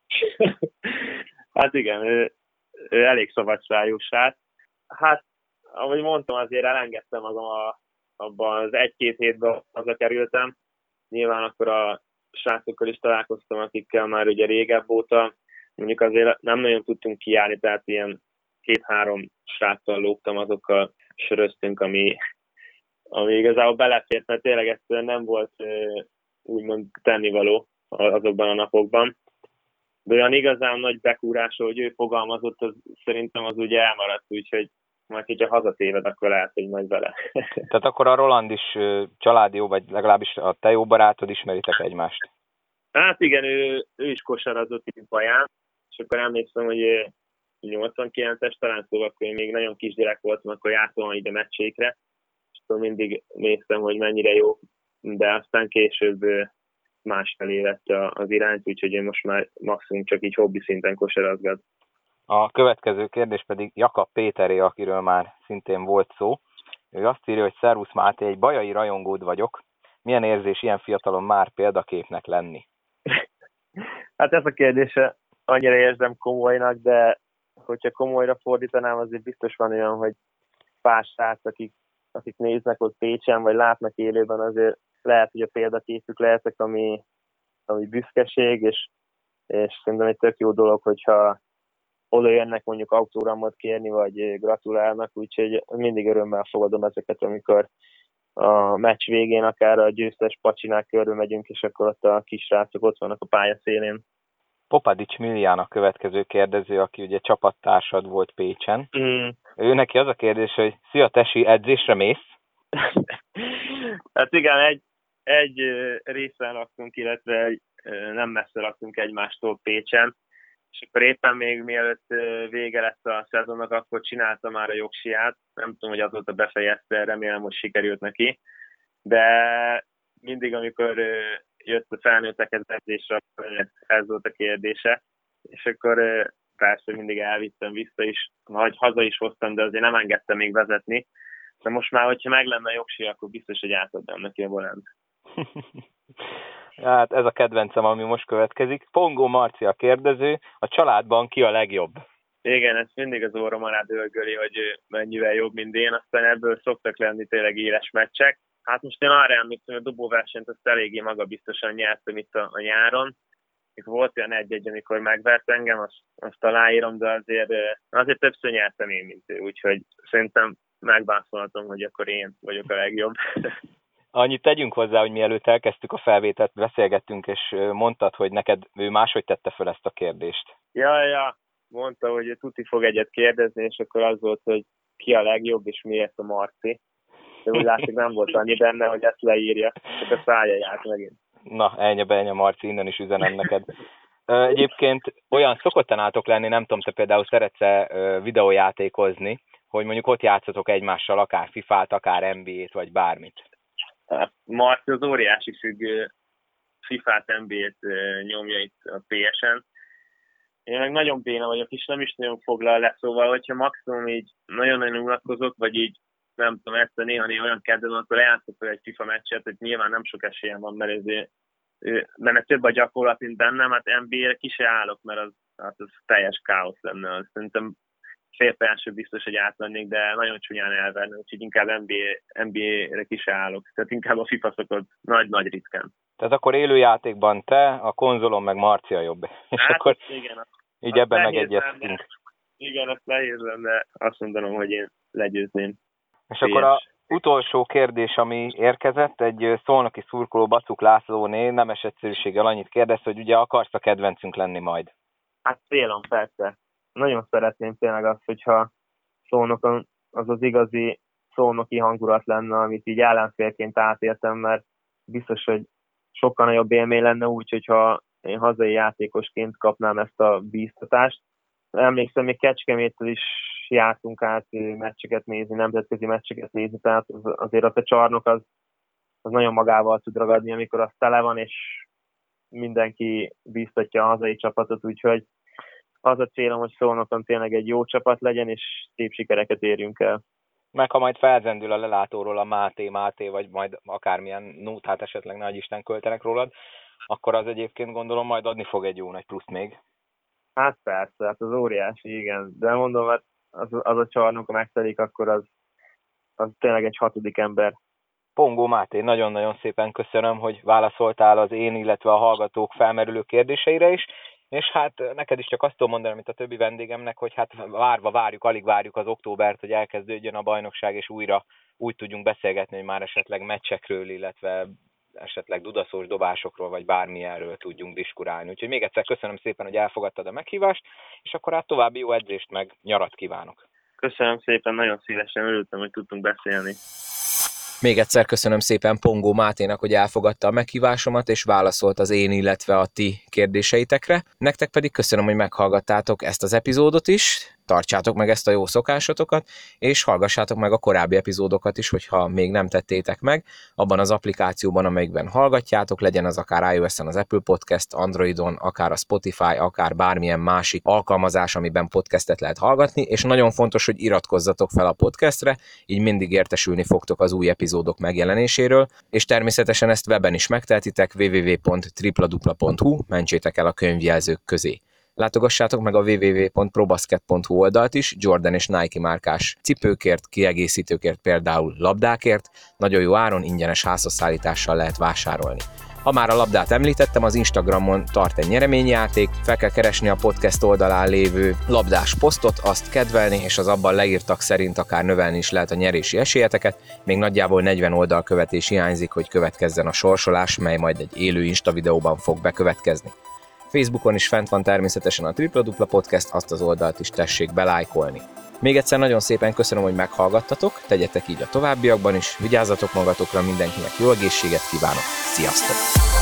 Hát igen, ő elég szabadságú srác. Hát, ahogy mondtam, azért elengedtem magam abban az egy-két hétben hazakerültem. Nyilván akkor a srácokkal is találkoztam, akikkel már ugye régebb óta. Mondjuk azért nem nagyon tudtunk kijárni, tehát ilyen 2-3 sráccal lógtam, azokkal söröztünk, ami igazából belefért, mert tényleg egyszerűen nem volt úgymond tennivaló azokban a napokban. De olyan igazán nagy bekúrásról, hogy ő fogalmazott, az, szerintem az ugye elmaradt, úgyhogy majd, hogyha hazatéved, akkor lehet, hogy majd vele. Tehát akkor a Roland is családi jó, vagy legalábbis a te jó barátod, ismeritek egymást? Hát igen, ő is kosarazott itt Baján, és akkor emlékszem, hogy 89-es talán, szóval akkor én még nagyon kisgyerek voltam, akkor jártam ide meccsékre, és akkor mindig néztem, hogy mennyire jó, de aztán később másfelé lett az irányt, úgyhogy én most már maximum csak így hobbi szinten kosarazgat. A következő kérdés pedig Jakab Péteré, akiről már szintén volt szó. Ő azt írja, hogy Szervusz Máté, egy bajai rajongód vagyok. Milyen érzés ilyen fiatalon már példaképnek lenni? Hát ez a kérdése annyira érzem komolynak, de hogyha komolyra fordítanám, azért biztos van olyan, hogy pár srác, akik néznek ott Pécsen, vagy látnak élőben, azért lehet, hogy a példaképük lehetek, ami büszkeség, és szerintem egy tök jó dolog, hogyha oda jönnek mondjuk autóramot kérni, vagy gratulálnak, úgyhogy mindig örömmel fogadom ezeket, amikor a meccs végén akár a győztes pacsinák körbe megyünk, és akkor ott a kisrácok ott vannak a pálya szélén. Popadics Millián a következő kérdező, aki ugye csapattársad volt Pécsen. Ő neki az a kérdés, hogy szia Tesi, edzésre mész? Hát igen, egy részen laktunk, illetve nem messze laktunk egymástól Pécsen, és akkor éppen még mielőtt vége lett a szezonnak, akkor csinálta már a jogsiát. Nem tudom, hogy azóta befejezte, remélem, hogy sikerült neki. De mindig, amikor jött a felnőtteket edzésre, akkor ez volt a kérdése. És akkor persze mindig elvittem vissza is, vagy haza is hoztam, de azért nem engedtem még vezetni. De most már, hogyha meg lenne a jogsi, akkor biztos, hogy átadnám neki a volant. Hát ez a kedvencem, ami most következik. Pongó Marci a kérdező, a családban ki a legjobb? Igen, ez mindig az orrom alá dörgöli, hogy mennyivel jobb, mint én, aztán ebből szoktak lenni tényleg éles meccsek. Hát most én arra emlékszem, hogy a dobóversenyt azt eléggé magabiztosan nyertem itt a nyáron. Itt volt olyan egy-egy, amikor megvert engem, azt aláírom, de azért többször nyertem én, mint ő, úgyhogy szerintem megválaszolhatom, hogy akkor én vagyok a legjobb. Annyit tegyünk hozzá, hogy mielőtt elkezdtük a felvételt, beszélgettünk, és mondtad, hogy neked ő máshogy tette fel ezt a kérdést. Ja, mondta, hogy tuti fog egyet kérdezni, és akkor az volt, hogy ki a legjobb, és miért a Marci. De úgy látszik, nem volt annyi benne, hogy ezt leírja, csak a szája járt megint. Na, ennyi Marci, innen is üzenem neked. Egyébként olyan szokottan álltok lenni, nem tudom, te például szeretsz videójátékozni, hogy mondjuk ott játszatok egymással, akár FIFA-t, akár NBA-t, vagy bármit. Marci az óriási függő, FIFA-t, NBA-t nyomja itt a PS-en. Én meg nagyon béna vagyok, és nem is nagyon foglal le, szóval, hogyha maximum így nagyon-nagyon unatkozok, vagy így nem tudom, ezt a néha olyan kedvem, akkor eljátszok egy FIFA meccset, hogy nyilván nem sok esélyem van, mert benne több a gyakorlat, mint bennem, hát NBA-re ki se állok, mert az teljes káosz lenne. Azt szerintem félfejásról biztos, hogy átvennék, de nagyon csúnyán elverne, úgyhogy inkább NBA-re ki se állok. Tehát inkább a FIFA szokott nagy ritkán. Tehát akkor élőjátékban te, a konzolon meg Marcia jobb. És hát akkor igen, így ebben megegyeztünk. Igen, azt nehéz lenne azt mondanom, hogy én legyőzném. És akkor az utolsó kérdés, ami érkezett, egy szolnoki szurkoló Bacuk Lászlóné nemes egyszerűséggel annyit kérdez, hogy ugye akarsz a kedvencünk lenni majd? Hát célom, persze. Nagyon szeretném tényleg azt, hogyha Szolnokon az igazi szolnoki hangulat lenne, amit így ellenfélként átéltem, mert biztos, hogy sokkal nagyobb élmény lenne úgy, hogyha én hazai játékosként kapnám ezt a bíztatást. Emlékszem, még Kecskeméttől is jártunk át meccseket nézni, nemzetközi meccseket nézni, tehát azért a csarnok az nagyon magával tud ragadni, amikor az tele van, és mindenki bíztatja a hazai csapatot, úgyhogy az a célom, hogy Szolnokon tényleg egy jó csapat legyen, és szép sikereket érjünk el. Meg ha majd felzendül a lelátóról a Máté, vagy majd akármilyen nótát esetleg nagy Isten költenek rólad, akkor az egyébként gondolom majd adni fog egy jó nagy plusz még. Hát persze, hát az óriási, igen. De mondom, hát az a csarnok, ha megtelik, akkor az tényleg egy 6. ember. Pongó Máté, nagyon-nagyon szépen köszönöm, hogy válaszoltál az én, illetve a hallgatók felmerülő kérdéseire is, és hát neked is csak azt tudom mondani, mint a többi vendégemnek, hogy hát alig várjuk az októbert, hogy elkezdődjön a bajnokság, és újra úgy tudjunk beszélgetni, hogy már esetleg meccsekről, illetve esetleg dudaszós dobásokról, vagy bármilyenről tudjunk diskurálni. Úgyhogy még egyszer köszönöm szépen, hogy elfogadtad a meghívást, és akkor hát további jó edzést, meg nyarat kívánok. Köszönöm szépen, nagyon szívesen örültem, hogy tudtunk beszélni. Még egyszer köszönöm szépen Pongó Máténak, hogy elfogadta a meghívásomat, és válaszolt az én, illetve a ti kérdéseitekre. Nektek pedig köszönöm, hogy meghallgattátok ezt az epizódot is, tartsátok meg ezt a jó szokásotokat, és hallgassátok meg a korábbi epizódokat is, hogyha még nem tettétek meg, abban az applikációban, amelyikben hallgatjátok, legyen az akár iOS-en az Apple Podcast, Androidon, akár a Spotify, akár bármilyen másik alkalmazás, amiben podcastet lehet hallgatni, és nagyon fontos, hogy iratkozzatok fel a podcastre, így mindig értesülni fogtok az új epizódok megjelenéséről, és természetesen ezt weben is megtehetitek, www.tripladupla.hu, mentsétek el a könyvjelzők közé. Látogassátok meg a www.probasket.hu oldalt is, Jordan és Nike márkás cipőkért, kiegészítőkért, például labdákért, nagyon jó áron, ingyenes házhozszállítással lehet vásárolni. Ha már a labdát említettem, az Instagramon tart egy nyereményjáték, fel kell keresni a podcast oldalán lévő labdás posztot, azt kedvelni, és az abban leírtak szerint akár növelni is lehet a nyerési esélyeteket. Még nagyjából 40 oldalkövetés hiányzik, hogy következzen a sorsolás, mely majd egy élő Insta videóban fog bekövetkezni. Facebookon is fent van természetesen a Tripla Dupla Podcast, azt az oldalt is tessék belájkolni. Még egyszer nagyon szépen köszönöm, hogy meghallgattatok, tegyetek így a továbbiakban is, vigyázzatok magatokra, mindenkinek jó egészséget kívánok, sziasztok!